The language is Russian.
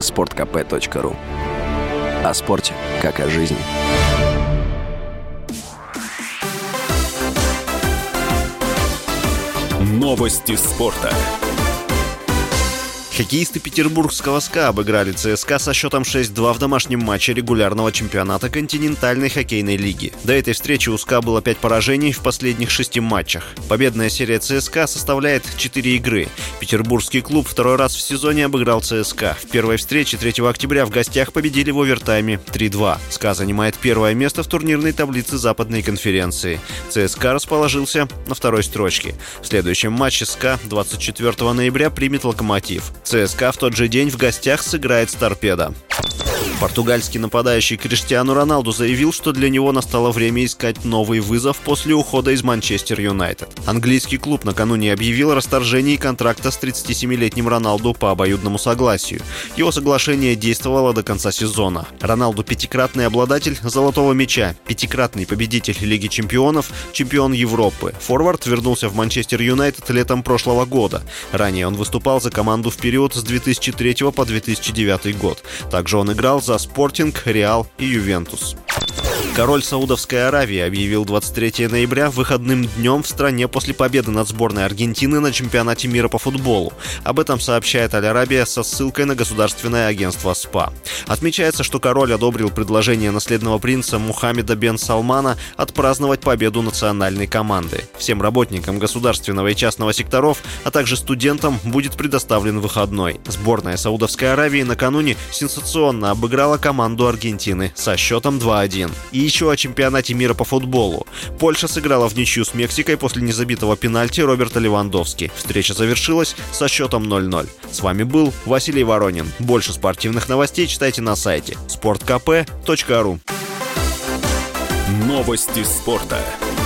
sportkp.ru. О спорте, как о жизни. Новости спорта. Хоккеисты петербургского СКА обыграли ЦСКА со счетом 6-2 в домашнем матче регулярного чемпионата континентальной хоккейной лиги. До этой встречи у СКА было 5 поражений в последних 6 матчах. Победная серия ЦСКА составляет 4 игры. Петербургский клуб второй раз в сезоне обыграл ЦСКА. В первой встрече 3 октября в гостях победили в овертайме 3-2. СКА занимает первое место в турнирной таблице Западной конференции. ЦСКА расположился на второй строчке. В следующем матче СКА 24 ноября примет «Локомотив». ЦСКА в тот же день в гостях сыграет с «Торпедо». Португальский нападающий Криштиану Роналду заявил, что для него настало время искать новый вызов после ухода из Манчестер Юнайтед. Английский клуб накануне объявил о расторжении контракта с 37-летним Роналду по обоюдному согласию. Его соглашение действовало до конца сезона. Роналду — пятикратный обладатель золотого мяча, пятикратный победитель Лиги чемпионов, чемпион Европы. Форвард вернулся в Манчестер Юнайтед летом прошлого года. Ранее он выступал за команду в период с 2003 по 2009 год. Также он играл за Спортинг, Реал и Ювентус. Король Саудовской Аравии объявил 23 ноября выходным днем в стране после победы над сборной Аргентины на чемпионате мира по футболу. Об этом сообщает Аль-Арабия со ссылкой на государственное агентство СПА. Отмечается, что король одобрил предложение наследного принца Мухаммеда бен Салмана отпраздновать победу национальной команды. Всем работникам государственного и частного секторов, а также студентам будет предоставлен выходной. Сборная Саудовской Аравии накануне сенсационно обыграла команду Аргентины со счетом 2-1. И еще о чемпионате мира по футболу. Польша сыграла в ничью с Мексикой после незабитого пенальти Роберта Левандовски. Встреча завершилась со счетом 0-0. С вами был Василий Воронин. Больше спортивных новостей читайте на сайте sportkp.ru. Новости спорта.